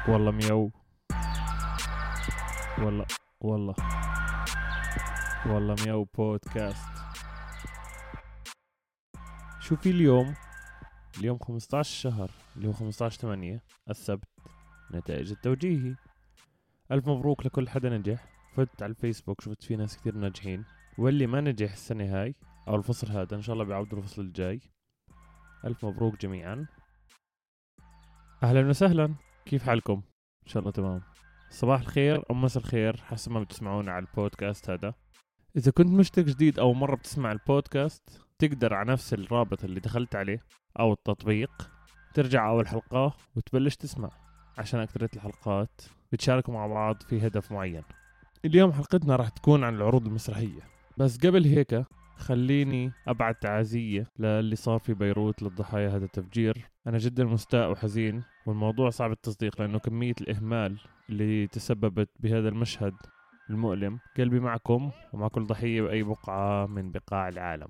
والله ميو. والله والله والله ميو بودكاست. شو في اليوم 15 شهر اللي هو 15/8 السبت، نتائج التوجيهي. ألف مبروك لكل حدا نجح. فت على الفيسبوك شفت في ناس كتير ناجحين، واللي ما نجح السنة هاي أو الفصل هذا إن شاء الله بيعودوا الفصل الجاي. ألف مبروك جميعا. أهلا وسهلا، كيف حالكم؟ إن شاء الله تمام. صباح الخير أو مساء الخير حسب ما بتسمعونا على البودكاست هذا. إذا كنت مشترك جديد أو مرة بتسمع البودكاست، تقدر على نفس الرابط اللي دخلت عليه أو التطبيق ترجع أول حلقة وتبلش تسمع، عشان أكثرية الحلقات بتشاركوا مع بعض في هدف معين. اليوم حلقتنا راح تكون عن العروض المسرحية، بس قبل هيك خليني أبعت تعازية للي صار في بيروت للضحايا هذا التفجير. أنا جدا مستاء وحزين، والموضوع صعب التصديق لأنه كمية الإهمال اللي تسببت بهذا المشهد المؤلم. قلبي معكم ومع كل ضحية بأي بقعة من بقاع العالم.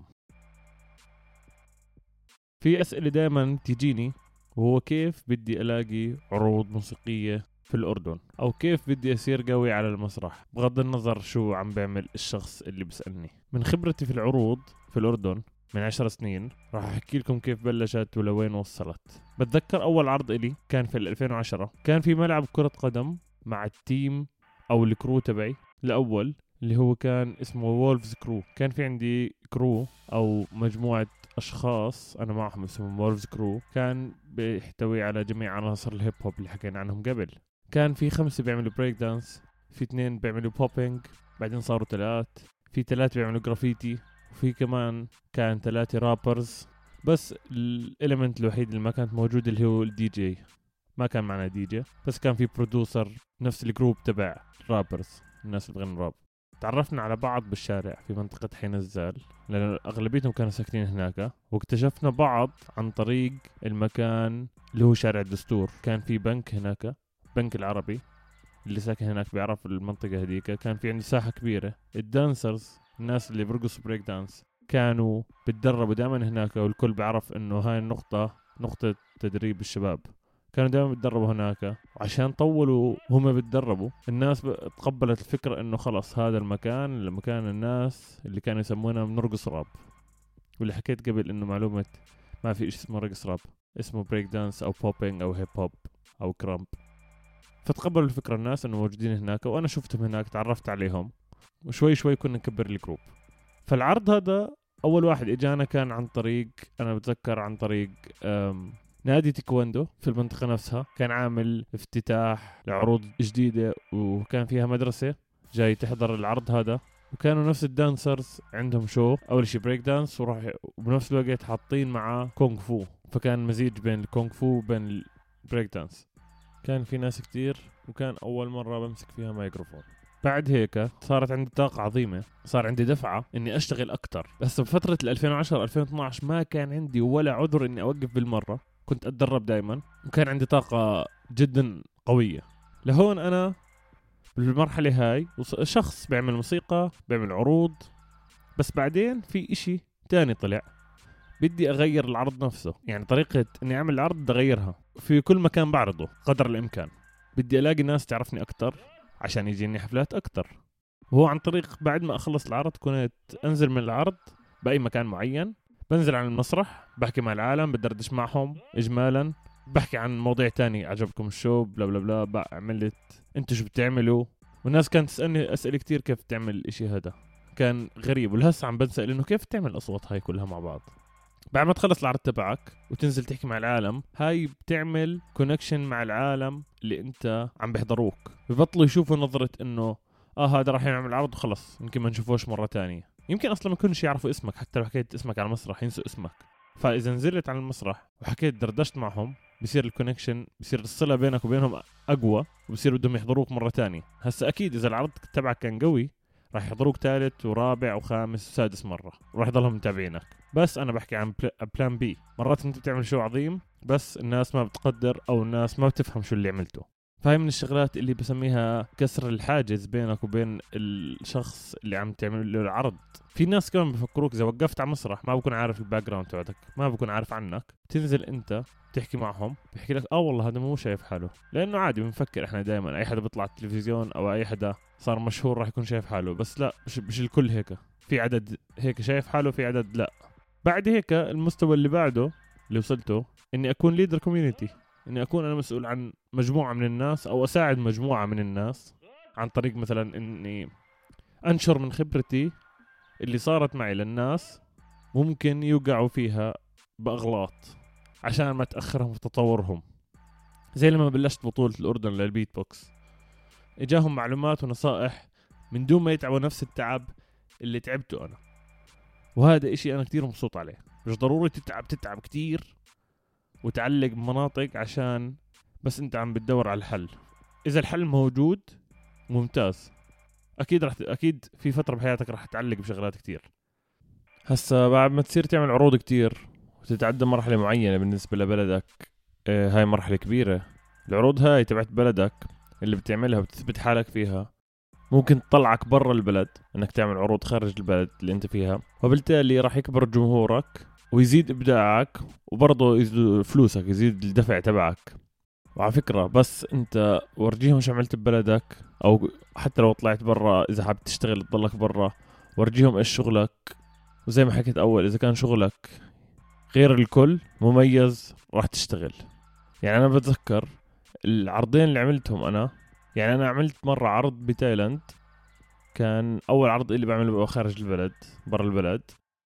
في أسئلة دائما تجيني، وهو كيف بدي ألاقي عروض موسيقية في الأردن، أو كيف بدي أصير قوي على المسرح، بغض النظر شو عم بعمل الشخص اللي بسألني. من خبرتي في العروض في الأردن من 10 سنين راح أحكي لكم كيف بلشت ولوين وصلت. بتذكر أول عرض إلي كان في 2010، كان في ملعب كرة قدم مع التيم أو الكرو تبعي الأول اللي هو كان اسمه وولفز كرو. كان في عندي كرو أو مجموعة أشخاص أنا معهم اسمهم وولفز كرو، كان بيحتوي على جميع عناصر الهيب هوب اللي حكينا عنهم قبل. كان في 5 بيعملوا بريك دانس، في 2 بيعملوا بوبينج، بعدين صاروا 3، في 3 بيعملوا جرافيتي، وفي كمان كان 3 رابرز. بس الاليمنت الوحيد اللي ما كانت موجود اللي هو الدي جي، ما كان معنا دي جي، بس كان في برودوسر نفس الجروب تبع رابرز، الناس اللي بغنوا راب. تعرفنا على بعض بالشارع في منطقة حي نزال، لأن أغلبيتهم كانوا ساكنين هناك، واكتشفنا بعض عن طريق المكان اللي هو شارع الدستور. كان في بنك هناك، بنك العربي، اللي ساكن هناك بيعرف المنطقة هذيك. كان في عنده ساحة كبيرة، الدانسرز الناس اللي برقصوا بريك دانس كانوا بتدربوا دائما هناك، والكل بيعرف إنه هاي النقطة نقطة تدريب الشباب. كانوا دائما بتدربوا هناك، وعشان طولوا هم بتدربوا الناس تقبلت الفكرة انه خلص هذا المكان الناس اللي كانوا يسمونها بنرقص راب. واللي حكيت قبل انه معلومة ما في اشي اسمه رقص راب، اسمه بريك دانس او بوبينج او هيب هوب او كرامب. فتقبلوا الفكرة الناس انه موجودين هناك، وانا شفتهم هناك، تعرفت عليهم، وشوي شوي كنا نكبر الجروب. فالعرض هذا اول واحد اجانا كان عن طريق، انا بتذكر عن طريق نادي تيكواندو في المنطقة نفسها. كان عامل افتتاح لعروض جديدة، وكان فيها مدرسة جاي تحضر العرض هذا، وكانوا نفس الدانسرز عندهم شو أول شي بريك دانس، وبنفس الوقت حاطين معاه كونغ فو، فكان مزيج بين الكونغ فو وبين البريك دانس. كان في ناس كتير، وكان أول مرة بمسك فيها مايكروفون. بعد هيك صارت عندي طاقة عظيمة، صار عندي دفعة إني أشتغل أكتر. بس بفترة 2010-2012 ما كان عندي ولا عذر إني أوقف بالمرة، كنت أتدرب دايما، وكان عندي طاقة جدا قوية. لهون أنا بالمرحلة هاي شخص بيعمل موسيقى، بيعمل عروض. بس بعدين في إشي تاني طلع، بدي أغير العرض نفسه، يعني طريقة إني أعمل العرض بدي أغيرها في كل مكان بعرضه قدر الإمكان. بدي ألاقي ناس تعرفني أكتر عشان يجيني حفلات أكتر. وهو عن طريق بعد ما أخلص العرض كنت أنزل من العرض بأي مكان معين، بنزل عن المسرح، بحكي مع العالم، بدردش معهم إجمالا، بحكي عن مواضيع تاني، عجبكم الشو بلا بلا بلا، بعملت انتوا شو بتعملوا. والناس كانت تسألني أسئلة كتير كيف تعمل الاشي هذا، كان غريب. ولهسه عم بنسأل انه كيف تعمل الأصوات هاي كلها مع بعض. بعد ما تخلص العرض تبعك وتنزل تحكي مع العالم، هاي بتعمل كونكشن مع العالم اللي انت عم بيحضروك، ببطلوا يشوفوا نظرة انه هذا راح يعمل عرض وخلص، يمكن ما نشوفوش مرة تانية، يمكن اصلا ما يكونش يعرفوا اسمك، حتى لو حكيت اسمك على المسرح ينسوا اسمك. فاذا نزلت على المسرح وحكيت دردشت معهم، بصير الكونكشن، بصير الصلة بينك وبينهم اقوى، وبصير بدهم يحضروك مرة تانية. هسا اكيد اذا العرض تبعك كان قوي راح يحضروك ثالث ورابع وخامس وسادس مرة، وراح يضلهم متابعينك. بس انا بحكي عن بلان بي، مرات انت بتعمل شو عظيم بس الناس ما بتقدر او الناس ما بتفهم شو اللي عملته، فهي من الشغلات اللي بسميها كسر الحاجز بينك وبين الشخص اللي عم تعمل له العرض. في ناس كمان بفكروك إذا وقفت على مسرح ما بكون عارف الباك جراوند تبعك، ما بكون عارف عنك، تنزل أنت تحكي معهم بيحكي لك والله هذا مو شايف حاله، لأنه عادي بنفكر إحنا دائما أي حدا بيطلع على التلفزيون أو أي حدا صار مشهور راح يكون شايف حاله، بس لا، مش الكل هيك. في عدد هيك شايف حاله، في عدد لا. بعد هيك المستوى اللي بعده اللي وصلته إني أكون ليدر كوميونيتي، إني أكون أنا مسؤول عن مجموعة من الناس أو أساعد مجموعة من الناس عن طريق مثلا إني أنشر من خبرتي اللي صارت معي للناس ممكن يوقعوا فيها بأغلاط عشان ما تأخرهم في تطورهم. زي لما بلشت بطولة الأردن للبيت بوكس، إجاهم معلومات ونصائح من دون ما يتعبوا نفس التعب اللي تعبته أنا، وهذا إشي أنا كتير مبسوط عليه. مش ضروري تتعب كتير وتعلق بمناطق عشان بس أنت عم بتدور على الحل. إذا الحل موجود ممتاز، أكيد في فترة بحياتك راح تعلق بشغلات كتير. هسا بعد ما تصير تعمل عروض كتير وتتعدى مرحلة معينة بالنسبة لبلدك، هاي مرحلة كبيرة. العروض هاي تبعت بلدك اللي بتعملها وبتثبت حالك فيها ممكن تطلعك برا البلد، انك تعمل عروض خارج البلد اللي انت فيها، وبالتالي راح يكبر جمهورك ويزيد ابداعك، وبرضه يزيد فلوسك، يزيد الدفع تبعك. وعلى فكرة بس انت ورجيهم شو عملت ببلدك، او حتى لو طلعت برا اذا حابب تشتغل تضلك برا، ورجيهم ايش شغلك. وزي ما حكيت اول، اذا كان شغلك غير الكل مميز راح تشتغل. يعني انا بتذكر العرضين اللي عملتهم انا، يعني انا عملت مرة عرض بتايلاند، كان اول عرض اللي بعمله خارج البلد برا البلد،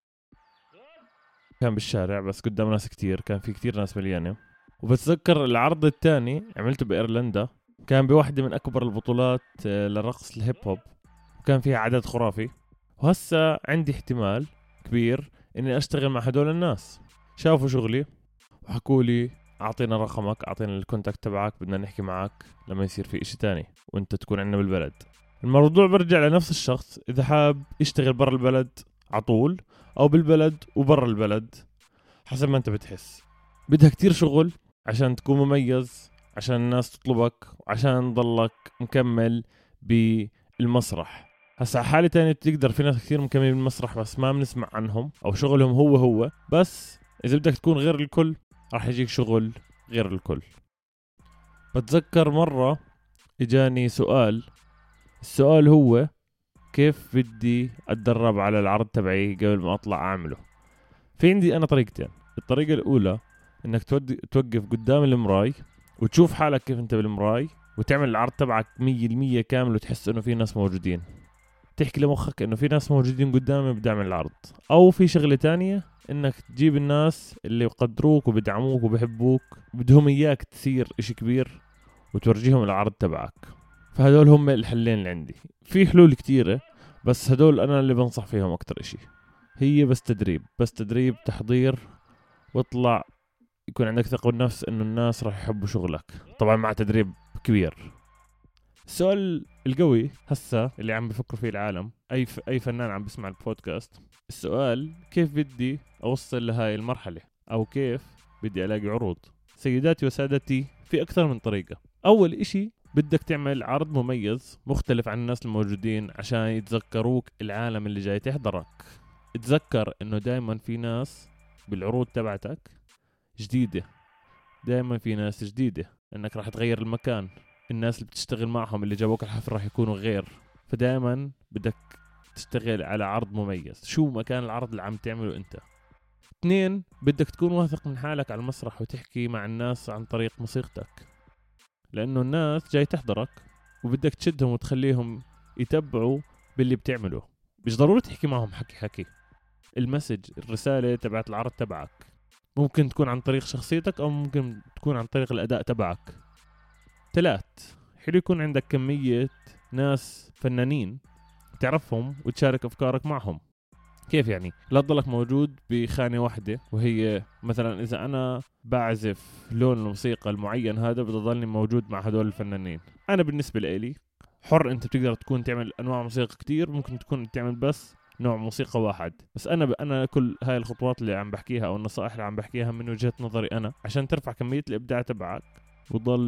كان بالشارع بس قدام ناس كتير، كان في كتير ناس مليانة. وبتذكر العرض الثاني عملته بإيرلندا، كان بواحدة من أكبر البطولات للرقص الهيب هوب، وكان فيها عدد خرافي. وهسا عندي احتمال كبير إني أشتغل مع هدول الناس. شافوا شغلي وحكوا لي أعطينا رقمك، أعطينا الكونتاكت تبعك، بدنا نحكي معك لما يصير في إشي تاني وإنت تكون عندنا بالبلد. الموضوع برجع لنفس الشخص، إذا حاب يشتغل برا البلد عطول أو بالبلد وبرا البلد حسب ما أنت بتحس. بدها كتير شغل عشان تكون مميز، عشان الناس تطلبك، وعشان ضلك مكمل بالمسرح. هسا حالة تانية تقدر، في ناس كتير مكملين بالمسرح بس ما بنسمع عنهم أو شغلهم هو بس إذا بدك تكون غير الكل راح يجيك شغل غير الكل. بتذكر مرة إجاني السؤال هو كيف بدي أتدرب على العرض تبعي قبل ما أطلع أعمله. في عندي أنا طريقتين. الطريقة الأولى إنك توقف قدام المراي وتشوف حالك كيف أنت بالمراي، وتعمل العرض تبعك 100% كامل، وتحس إنه في ناس موجودين، تحكي لمخك إنه في ناس موجودين قدامي بدي أعمل العرض. أو في شغلة تانية إنك تجيب الناس اللي يقدروك وبدعموك وبحبوك بدهم إياك تصير إشي كبير وتورجيهم العرض تبعك. فهدول هم الحلين اللي عندي. في حلول كتيرة بس هدول أنا اللي بنصح فيهم أكتر إشي. هي بس تدريب تحضير، واطلع يكون عندك ثقة بالنفس إنه الناس راح يحبوا شغلك، طبعا مع تدريب كبير. السؤال القوي هسا اللي عم بفكروا فيه العالم، أي فنان عم بسمع البودكاست، السؤال كيف بدي أوصل لهاي المرحلة، أو كيف بدي ألاقي عروض. سيداتي وسادتي، في أكثر من طريقة. أول إشي بدك تعمل عرض مميز مختلف عن الناس الموجودين عشان يتذكروك العالم اللي جاي تحضرك. اتذكر إنه دايما في ناس بالعروض تبعتك جديدة، دايما في ناس جديدة، إنك راح تغير المكان، الناس اللي بتشتغل معهم اللي جابوك الحفل راح يكونوا غير. فدايما بدك تشتغل على عرض مميز، شو مكان العرض اللي عم تعمله انت. 2، بدك تكون واثق من حالك على المسرح وتحكي مع الناس عن طريق موسيقتك، لانه الناس جاي تحضرك وبدك تشدهم وتخليهم يتبعوا باللي بتعمله. مش ضروري تحكي معهم حكي، المسج، الرسالة تبعت العرض تبعك ممكن تكون عن طريق شخصيتك او ممكن تكون عن طريق الاداء تبعك. 3، حلو يكون عندك كمية ناس فنانين تعرفهم وتشارك أفكارك معهم. كيف يعني؟ لا تضلك موجود بخانة واحدة، وهي مثلا إذا أنا بعزف لون الموسيقى المعين هذا بدي أضلني موجود مع هدول الفنانين. أنا بالنسبة لي حر، أنت بتقدر تكون تعمل أنواع موسيقى كتير، ممكن تكون تعمل بس نوع موسيقى واحد. بس أنا كل هاي الخطوات اللي عم بحكيها أو النصائح اللي عم بحكيها من وجهة نظري أنا، عشان ترفع كمية الإبداع تبعك وضل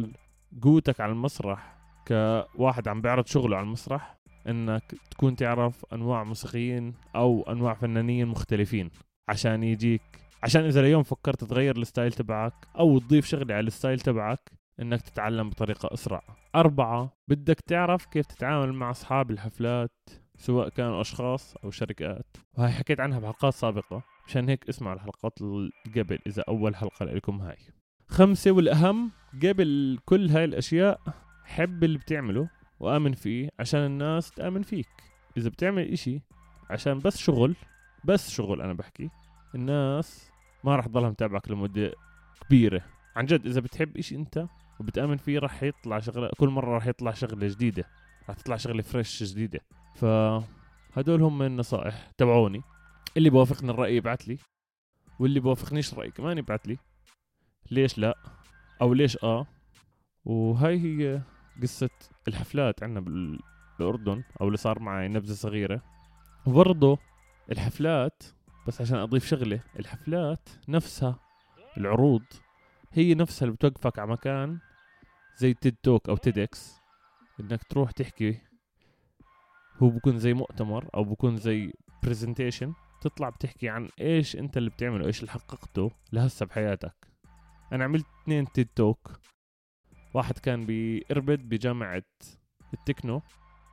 قوتك على المسرح كواحد عم بيعرض شغله على المسرح انك تكون تعرف انواع موسيقيين او انواع فنانين مختلفين عشان يجيك، عشان اذا اليوم فكرت تغير الستايل تبعك او تضيف شغلة على الستايل تبعك انك تتعلم بطريقة اسرع. 4 بدك تعرف كيف تتعامل مع اصحاب الحفلات سواء كانوا اشخاص او شركات، وهي حكيت عنها بحلقات سابقة، مشان هيك اسمعوا الحلقات قبل اذا اول حلقة لكم هاي. 5 والأهم قبل كل هاي الأشياء، حب اللي بتعمله وآمن فيه عشان الناس تآمن فيك. إذا بتعمل إشي عشان بس شغل أنا بحكي، الناس ما رح تضلها متابعك لمدة كبيرة. عن جد إذا بتحب إشي أنت وبتآمن فيه رح يطلع شغلة، كل مرة رح يطلع شغلة جديدة، رح تطلع شغلة فريش جديدة. فهدول هم النصائح تبعوني. اللي بوافقني الرأي يبعت لي، واللي بوافقنيش الرأي كمان يبعت لي ليش لا او ليش وهاي هي قصة الحفلات عنا بالأردن، او اللي صار معي نبذة صغيرة. وبرضه الحفلات، بس عشان اضيف شغلة، الحفلات نفسها، العروض هي نفسها اللي بتوقفك على مكان زي تيد توك او تيدكس، انك تروح تحكي. هو بكون زي مؤتمر او بكون زي برزنتيشن، تطلع بتحكي عن ايش انت اللي بتعمله، ايش اللي حققته لهسه بحياتك. انا عملت 2 تيد توك، واحد كان بإربد بجامعة التكنو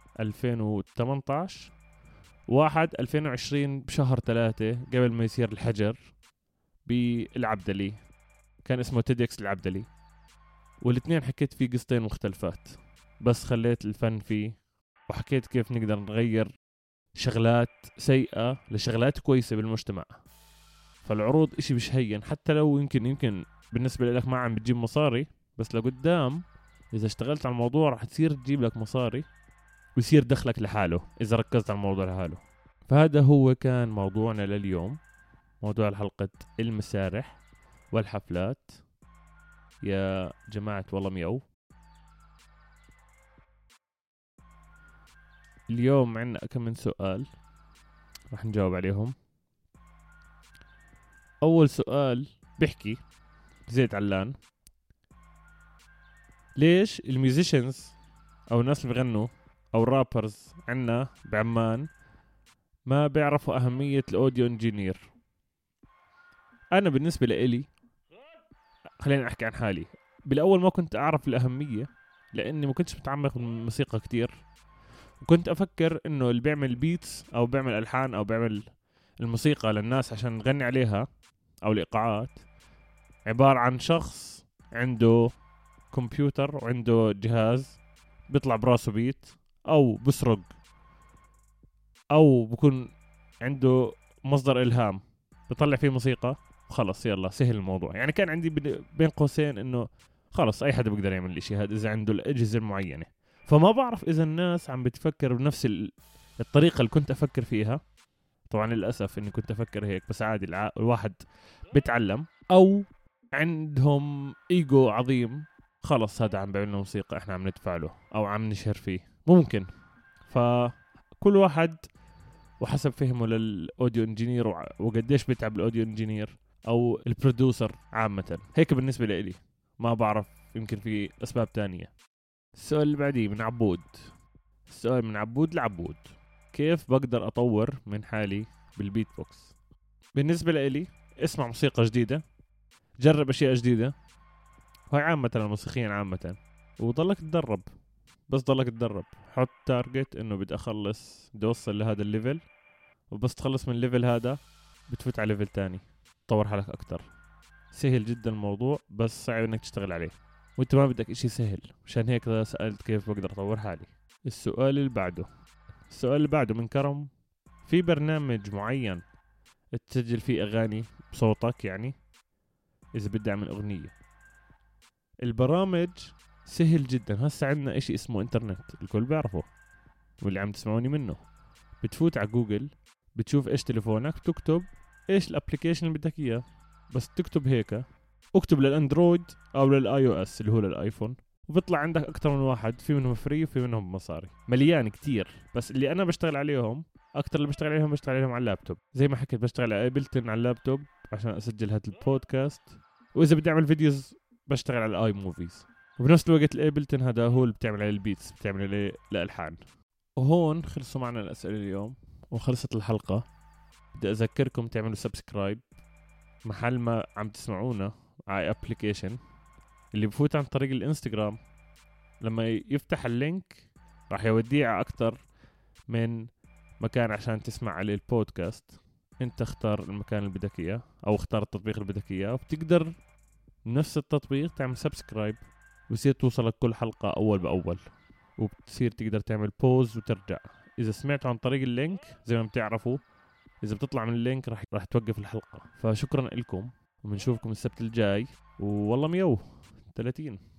2018، واحد 2020 بشهر 3 قبل ما يصير الحجر بالعبدلي، كان اسمه تيدكس العبدلي. والاثنين حكيت فيه قصتين مختلفات، بس خليت الفن فيه، وحكيت كيف نقدر نغير شغلات سيئة لشغلات كويسة بالمجتمع. فالعروض اشي مش هين، حتى لو يمكن بالنسبة لك ما عم بتجيب مصاري، بس لقدام إذا اشتغلت على الموضوع رح تصير تجيب لك مصاري ويصير دخلك لحاله إذا ركزت على الموضوع لحاله. فهذا هو كان موضوعنا لليوم، موضوع حلقة المسارح والحفلات يا جماعة والله ميو. اليوم عنا كم من سؤال رح نجاوب عليهم. أول سؤال بحكي زيد علان: ليش الميوزيشنز أو الناس اللي بغنوا أو الرابرز عنا بعمان ما بيعرفوا أهمية الأوديو انجينير؟ أنا بالنسبة لإلي، خليني أحكي عن حالي. بالأول ما كنت أعرف الأهمية لأني ما كنتش متعمق بالموسيقى كتير، وكنت أفكر إنه اللي بيعمل بيتس أو بيعمل ألحان أو بيعمل الموسيقى للناس عشان نغني عليها أو الإيقاعات عبارة عن شخص عنده كمبيوتر وعنده جهاز بيطلع براسه بيت، أو بسرق، أو بكون عنده مصدر إلهام بيطلع فيه موسيقى وخلص يلا سهل الموضوع. يعني كان عندي بين قوسين إنه خلص أي حدا بيقدر يعمل الاشي هذا إذا عنده الأجهزة المعينة. فما بعرف إذا الناس عم بتفكر بنفس الطريقة اللي كنت أفكر فيها. طبعا للأسف إني كنت أفكر هيك، بس عادي الواحد بيتعلم، أو عندهم إيجو عظيم خلص هذا عم بيعمل موسيقى إحنا عم ندفع له أو عم نشهر فيه، ممكن. فكل واحد وحسب فهمه للأوديو انجينير وقديش بيتعب الأوديو انجينير أو البرودوسر عامة. هيك بالنسبة لإلي، ما بعرف يمكن في أسباب تانية. السؤال اللي بعديه من عبود، السؤال من عبود لعبود: كيف بقدر أطور من حالي بالبيت بوكس؟ بالنسبة لإلي اسمع موسيقى جديدة، جرب أشياء جديدة، وهي عامة الموسيقيين عامة، وضلك تدرب. بس ضلك تدرب، حط تارجت إنه بدي أخلص، بدي أوصل لهذا الليفل، وبس تخلص من الليفل هذا بتفوت على ليفل تاني، تطور حالك أكتر. سهل جدا الموضوع، بس صعب إنك تشتغل عليه، وإنت ما بدك إشي سهل، مشان هيك سألت كيف بقدر أطور حالي. السؤال اللي بعده من كرم: في برنامج معين تسجل فيه أغاني بصوتك؟ يعني إذا بدي أعمل أغنية. البرامج سهل جدا، هسا عندنا إشي اسمه إنترنت الكل بيعرفه واللي عم تسمعوني منه. بتفوت على جوجل، بتشوف إيش تليفونك، تكتب إيش الابليكيشن اللي بدك إياه، بس تكتب هيك، اكتب للأندرويد أو للآي أو إس اللي هو للآيفون، وبيطلع عندك أكتر من واحد، في منهم فري وفي منهم مصاري، مليان كتير. بس اللي أنا بشتغل عليهم أكتر، اللي بشتغل عليهم على اللابتوب، زي ما حكيت بشتغل على أبلتون على اللابتوب عشان أسجل هذا البودكاست، وإذا بدي أعمل فيديوز بشتغل على الآي موفيز. وبنفس الوقت الابلتون هذا هو اللي بتعمل عليه البيتس، بتعمل عليه الالحان. وهون خلصوا معنا الاسئله اليوم وخلصت الحلقه. بدي اذكركم تعملوا سبسكرايب محل ما عم تسمعونا على ابليكيشن اللي بفوت عن طريق الانستغرام. لما يفتح اللينك راح يوديه على اكتر من مكان عشان تسمع عليه البودكاست. انت اختار المكان اللي بدك اياه او اختار التطبيق اللي بدك اياه، وبتقدر نفس التطبيق تعمل سبسكرايب ويصير توصلك كل حلقة اول باول، وبتصير تقدر تعمل بوز وترجع. اذا سمعتوا عن طريق اللينك زي ما بتعرفوا، اذا بتطلع من اللينك راح توقف الحلقة. فشكرا لكم وبنشوفكم السبت الجاي، والله ميو 30.